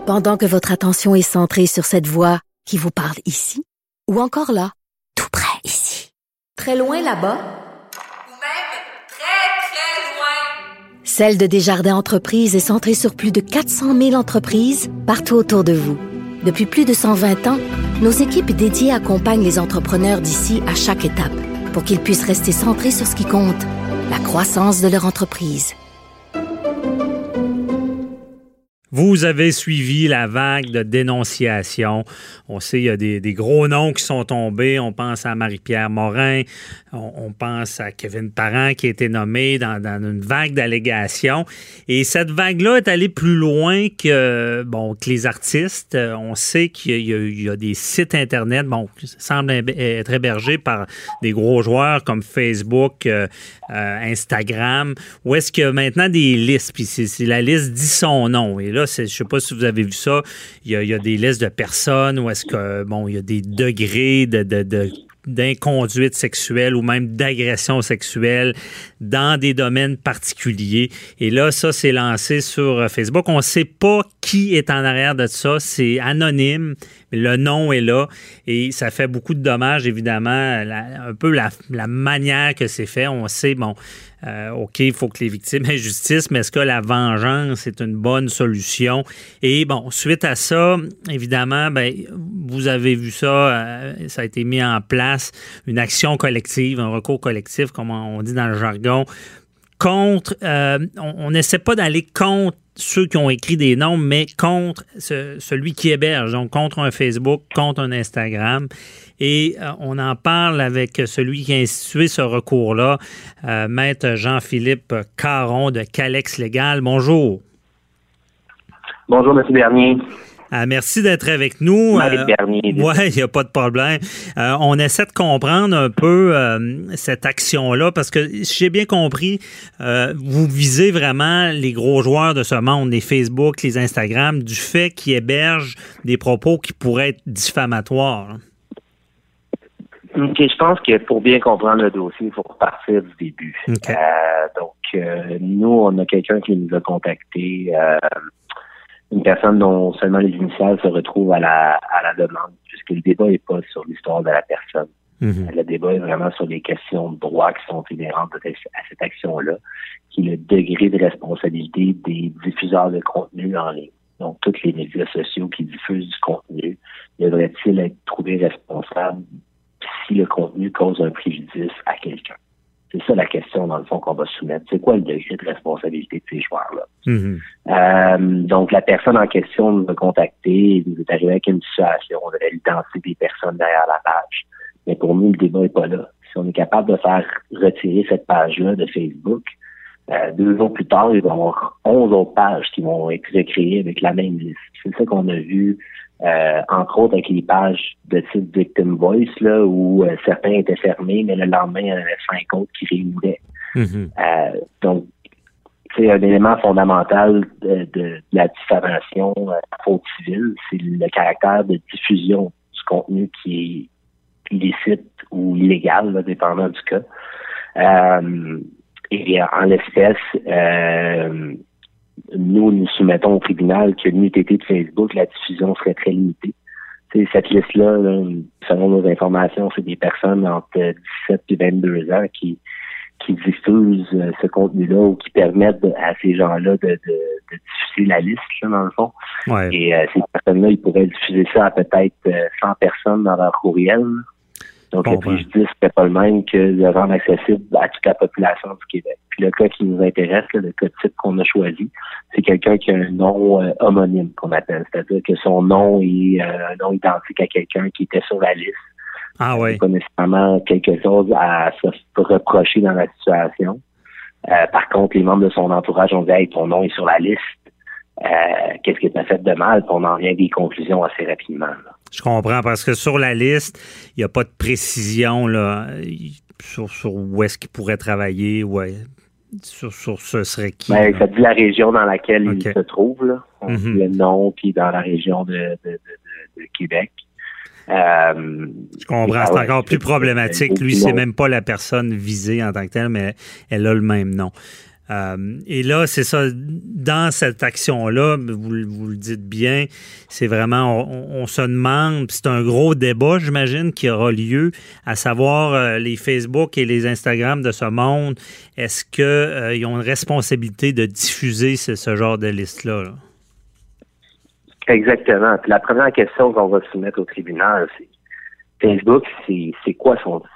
Pendant que votre attention est centrée sur cette voix qui vous parle ici, ou encore là, tout près ici, très loin là-bas, ou même très, très loin. Celle de Desjardins Entreprises est centrée sur plus de 400 000 entreprises partout autour de vous. Depuis plus de 120 ans, nos équipes dédiées accompagnent les entrepreneurs d'ici à chaque étape pour qu'ils puissent rester centrés sur ce qui compte, la croissance de leur entreprise. Vous avez suivi la vague de dénonciation. On sait qu'il y a des gros noms qui sont tombés. On pense à Marie-Pierre Morin. On pense à Kevin Parent qui a été nommé dans une vague d'allégations. Et cette vague-là est allée plus loin que les artistes. On sait qu'il y a des sites Internet qui semblent être hébergés par des gros joueurs comme Facebook, Instagram, où est-ce qu'il y a maintenant des listes. Puis c'est la liste dit son nom. Et là, je ne sais pas si vous avez vu ça, il y a des listes de personnes où est-ce que, il y a des degrés d'inconduite sexuelle ou même d'agression sexuelle dans des domaines particuliers. Et là, ça, c'est lancé sur Facebook. On ne sait pas qui est en arrière de ça. C'est anonyme, mais le nom est là. Et ça fait beaucoup de dommages, évidemment, un peu la manière que c'est fait. On sait, OK, il faut que les victimes aient justice, mais est-ce que la vengeance est une bonne solution? Et suite à ça, évidemment, vous avez vu ça, ça a été mis en place, une action collective, un recours collectif, comme on dit dans le jargon, contre, on n'essaie pas d'aller contre ceux qui ont écrit des noms, mais contre celui qui héberge, donc contre un Facebook, contre un Instagram. Et on en parle avec celui qui a institué ce recours-là, Maître Jean-Philippe Caron de Calex Légal. Bonjour. Bonjour, M. Bernier. Merci d'être avec nous. Oui, il n'y a pas de problème. On essaie de comprendre un peu cette action-là parce que, si j'ai bien compris, vous visez vraiment les gros joueurs de ce monde, les Facebook, les Instagram, du fait qu'ils hébergent des propos qui pourraient être diffamatoires. OK, je pense que pour bien comprendre le dossier, il faut repartir du début. Okay. Nous, on a quelqu'un qui nous a contacté, une personne dont seulement les initiales se retrouvent à la demande, puisque le débat n'est pas sur l'histoire de la personne. Mm-hmm. Le débat est vraiment sur les questions de droit qui sont inhérentes à cette action-là, qui est le degré de responsabilité des diffuseurs de contenu en ligne. Donc, tous les médias sociaux qui diffusent du contenu, devraient-ils être trouvés responsables si le contenu cause un préjudice à quelqu'un? C'est ça la question, dans le fond, qu'on va soumettre. C'est quoi le degré de responsabilité de ces joueurs-là? Mm-hmm. Donc, la personne en question nous a contacté et nous est arrivé avec une situation. On avait l'identité des personnes derrière la page. Mais pour nous, le débat n'est pas là. Si on est capable de faire retirer cette page-là de Facebook, 2 jours plus tard, il va y avoir 11 autres pages qui vont être recréées avec la même liste. C'est ça qu'on a vu, entre autres avec les pages de type Victim Voice, là, où certains étaient fermés, mais le lendemain, il y en avait 5 autres qui réouvraient. Mm-hmm. Donc, c'est un élément fondamental de la diffamation faute civile, c'est le caractère de diffusion du contenu qui est illicite ou illégal, là, dépendant du cas. Et en l'espèce, nous soumettons au tribunal que n'eût été de Facebook, la diffusion serait très limitée. T'sais, cette liste-là, là, selon nos informations, c'est des personnes entre 17 et 22 ans qui diffusent ce contenu-là ou qui permettent à ces gens-là de diffuser la liste, là, dans le fond. Ouais. Et ces personnes-là, ils pourraient diffuser ça à peut-être 100 personnes dans leur courriel. Donc, le préjudice n'est pas le même que de rendre accessible à toute la population du Québec. Puis le cas qui nous intéresse, là, le cas type qu'on a choisi, c'est quelqu'un qui a un nom homonyme, qu'on appelle. C'est-à-dire que son nom est un nom identique à quelqu'un qui était sur la liste. Ah oui. C'est pas nécessairement quelque chose à se reprocher dans la situation. Par contre, les membres de son entourage ont dit « Hey, ton nom est sur la liste. Qu'est-ce que tu as fait de mal? » Puis on en vient à des conclusions assez rapidement, là. Je comprends, parce que sur la liste, il n'y a pas de précision là, sur où est-ce qu'il pourrait travailler, sur ce serait qui. Ben, ça dit la région dans laquelle il se trouve, là. On dit le nom, puis dans la région de Québec. Je comprends, c'est encore plus problématique. Lui, c'est même pas la personne visée en tant que telle, mais elle a le même nom. Et là, c'est ça, dans cette action-là, vous le dites bien, c'est vraiment, on se demande, c'est un gros débat, j'imagine, qui aura lieu, à savoir les Facebook et les Instagram de ce monde, est-ce qu'ils ont une responsabilité de diffuser ce genre de liste-là? Là? Exactement. Puis la première question qu'on va soumettre au tribunal, c'est Facebook, c'est quoi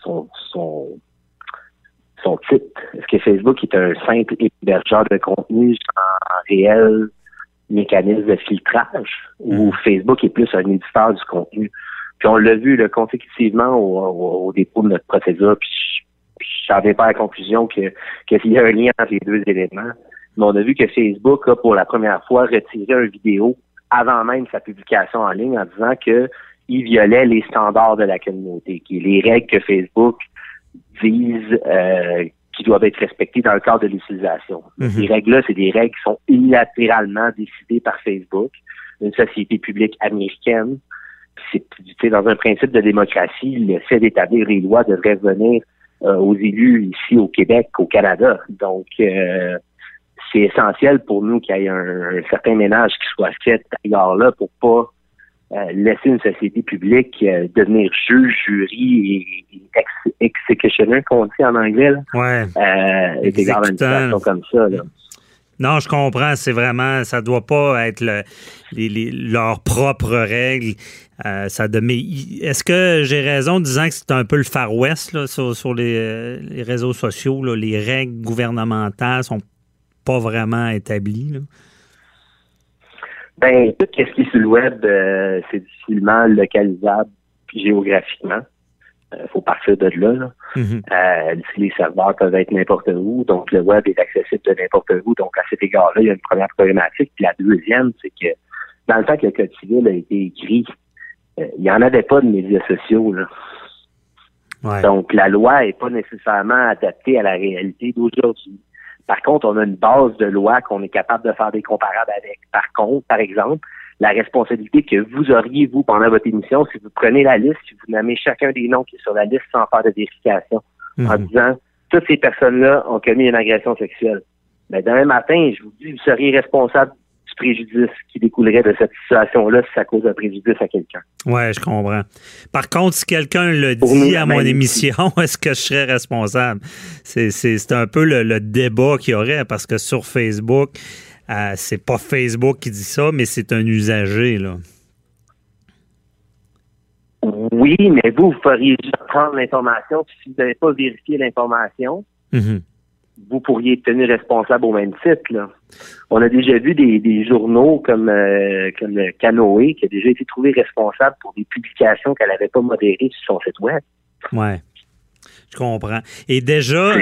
son titre? Est-ce que Facebook est un simple hébergeur de contenu en réel mécanisme de filtrage ou Facebook est plus un éditeur du contenu? Puis on l'a vu là, consécutivement au dépôt de notre procédure, puis je n'en vais pas à la conclusion qu'il y a un lien entre les deux éléments. Mais on a vu que Facebook a pour la première fois retiré une vidéo avant même sa publication en ligne en disant qu'il violait les standards de la communauté, qui est les règles que Facebook disent qui doivent être respectées dans le cadre de l'utilisation. Ces règles-là, c'est des règles qui sont unilatéralement décidées par Facebook, une société publique américaine. C'est dans un principe de démocratie, le fait d'établir les lois devrait venir aux élus ici au Québec, au Canada. Donc, c'est essentiel pour nous qu'il y ait un certain ménage qui soit fait à l'égard-là pour pas laisser une société publique devenir juge, jury et executioner, qu'on dit en anglais. Là. Ouais. Égard à une situation comme ça. Là. Non, je comprends. C'est vraiment, ça doit pas être leurs propres règles. Est-ce que j'ai raison en disant que c'est un peu le Far West là, sur les réseaux sociaux? Là, les règles gouvernementales sont pas vraiment établies? Là? Ben, tout ce qui est sur le web, c'est difficilement localisable géographiquement. Faut partir de là. Les serveurs peuvent être n'importe où, donc le web est accessible de n'importe où. Donc, à cet égard-là, il y a une première problématique. Puis la deuxième, c'est que dans le temps que le Code civil a été écrit, il n'y en avait pas de médias sociaux. Là. Ouais. Donc, la loi n'est pas nécessairement adaptée à la réalité d'aujourd'hui. Par contre, on a une base de loi qu'on est capable de faire des comparables avec. Par contre, par exemple, la responsabilité que vous auriez, vous, pendant votre émission, si vous prenez la liste, si vous nommez chacun des noms qui est sur la liste sans faire de vérification, en disant, toutes ces personnes-là ont commis une agression sexuelle. Ben, demain matin, je vous dis, vous seriez responsable du préjudice qui découlerait de cette situation-là si ça cause un préjudice à quelqu'un. Oui, je comprends. Par contre, si quelqu'un le dit à mon émission, est-ce que je serais responsable? C'est un peu le débat qu'il y aurait, parce que sur Facebook, c'est pas Facebook qui dit ça, mais c'est un usager, là. Oui, mais vous feriez juste prendre l'information, puis si vous n'avez pas vérifié l'information, vous pourriez être tenu responsable au même titre, là. On a déjà vu des journaux comme le Canoë qui a déjà été trouvé responsable pour des publications qu'elle n'avait pas modérées sur son site web. Ouais, je comprends. Et déjà...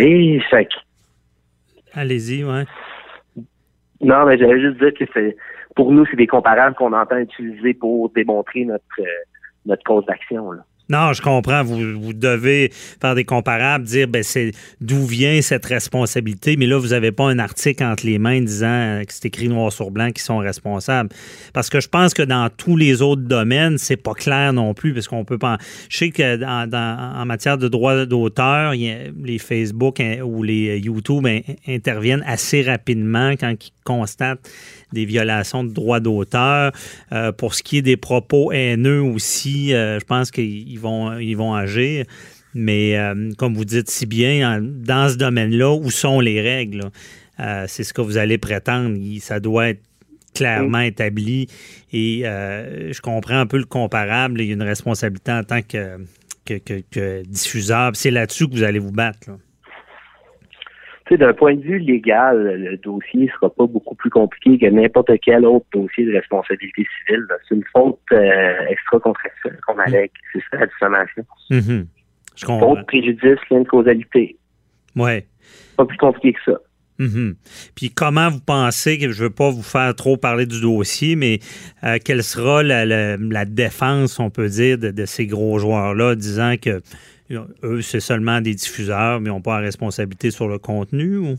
Allez-y, ouais. Non, mais j'allais juste dire que pour nous, c'est des comparables qu'on entend utiliser pour démontrer notre cause d'action, là. Non, je comprends. Vous devez faire des comparables, dire c'est d'où vient cette responsabilité, mais là, vous n'avez pas un article entre les mains disant que c'est écrit noir sur blanc qu'ils sont responsables. Parce que je pense que dans tous les autres domaines, c'est pas clair non plus, parce qu'on peut pas. Je sais que en matière de droit d'auteur, les Facebook ou les YouTube interviennent assez rapidement quand ils constatent des violations de droits d'auteur. Pour ce qui est des propos haineux aussi, je pense qu'ils vont agir. Mais comme vous dites si bien, dans ce domaine-là, où sont les règles? C'est ce que vous allez prétendre. Ça doit être clairement établi. Et je comprends un peu le comparable. Il y a une responsabilité en tant que diffuseur. C'est là-dessus que vous allez vous battre, là. D'un point de vue légal, le dossier ne sera pas beaucoup plus compliqué que n'importe quel autre dossier de responsabilité civile. Là. C'est une faute extra-contractuelle qu'on allègue. C'est ça, la diffamation. Je comprends. Faute, préjudice, lien de causalité. Oui. Pas plus compliqué que ça. Puis comment vous pensez, que je ne veux pas vous faire trop parler du dossier, mais quelle sera la défense, on peut dire, de ces gros joueurs-là, disant que eux, c'est seulement des diffuseurs, mais ils n'ont pas la responsabilité sur le contenu? Ou?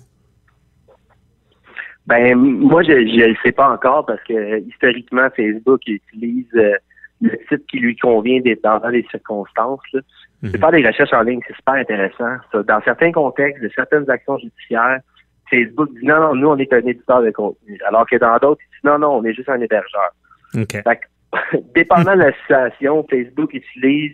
Ben, moi, je ne le sais pas encore parce que historiquement, Facebook utilise le titre qui lui convient dans les circonstances. Là. C'est faire des recherches en ligne, c'est super intéressant. Ça, dans certains contextes, de certaines actions judiciaires, Facebook dit non, nous, on est un éditeur de contenu. Alors que dans d'autres, ils disent non, on est juste un hébergeur. OK. Fait que, dépendant de la situation, Facebook utilise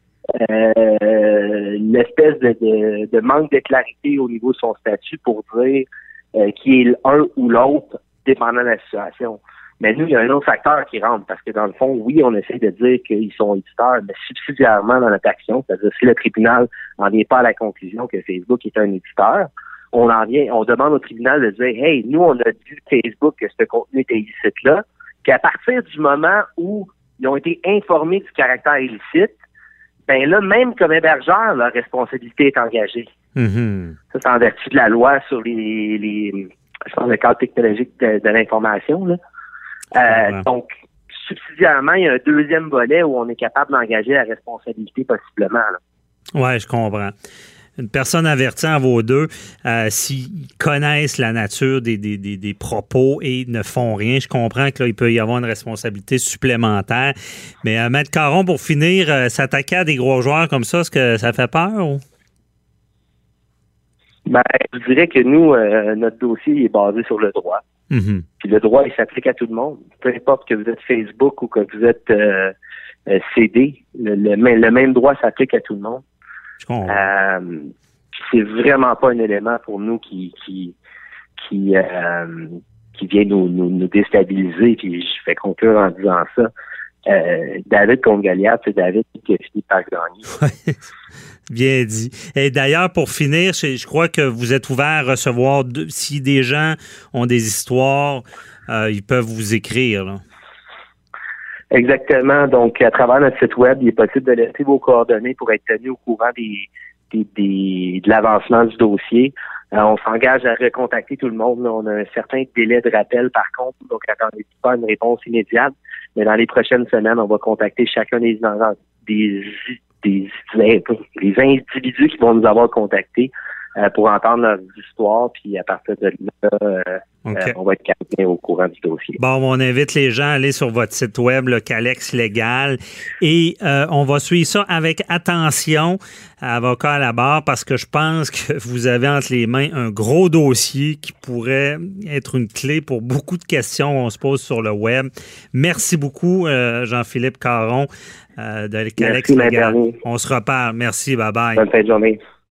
l'espèce de manque de clarité au niveau de son statut pour dire qui est l'un ou l'autre, dépendant de la situation. Mais nous, il y a un autre facteur qui rentre, parce que dans le fond, oui, on essaie de dire qu'ils sont éditeurs, mais subsidiairement dans notre action, c'est-à-dire si le tribunal n'en vient pas à la conclusion que Facebook est un éditeur, on demande au tribunal de dire, hey, nous, on a dit Facebook que ce contenu était illicite là, qu'à partir du moment où ils ont été informés du caractère illicite, ben là, même comme hébergeur, leur responsabilité est engagée. Mm-hmm. Ça, c'est en vertu de la loi sur je pense, le cadre technologique de l'information, là. Donc, subsidiairement, il y a un deuxième volet où on est capable d'engager la responsabilité possiblement. Oui, je comprends. Une personne avertie en vaut deux s'ils connaissent la nature des propos et ne font rien. Je comprends que là, il peut y avoir une responsabilité supplémentaire. Mais Maître Caron, pour finir, s'attaquer à des gros joueurs comme ça, est-ce que ça fait peur? Ou? Ben, je dirais que nous, notre dossier est basé sur le droit. Mm-hmm. Puis le droit, il s'applique à tout le monde. Peu importe que vous êtes Facebook ou que vous êtes CD, le même droit s'applique à tout le monde. C'est vraiment pas un élément pour nous qui vient nous déstabiliser. Puis je fais conclure en disant ça. David contre Goliath, c'est David qui a fini par gagner. Bien dit. Et d'ailleurs, pour finir, je crois que vous êtes ouvert à recevoir, si des gens ont des histoires, ils peuvent vous écrire. Là. Exactement. Donc, à travers notre site web, il est possible de laisser vos coordonnées pour être tenu au courant de l'avancement du dossier. On s'engage à recontacter tout le monde. Là. On a un certain délai de rappel, par contre, donc attendez pas une réponse immédiate. Mais dans les prochaines semaines, on va contacter chacun des individus qui vont nous avoir contactés pour entendre leurs histoires, puis à partir de là, okay. On va être capté au courant du dossier. Bon, on invite les gens à aller sur votre site web, le Calex Légal, et on va suivre ça avec attention, avocat à la barre, parce que je pense que vous avez entre les mains un gros dossier qui pourrait être une clé pour beaucoup de questions qu'on se pose sur le web. Merci beaucoup, Jean-Philippe Caron, de Calex Légal. On se reparle. Merci, bye-bye. Bonne fin de journée.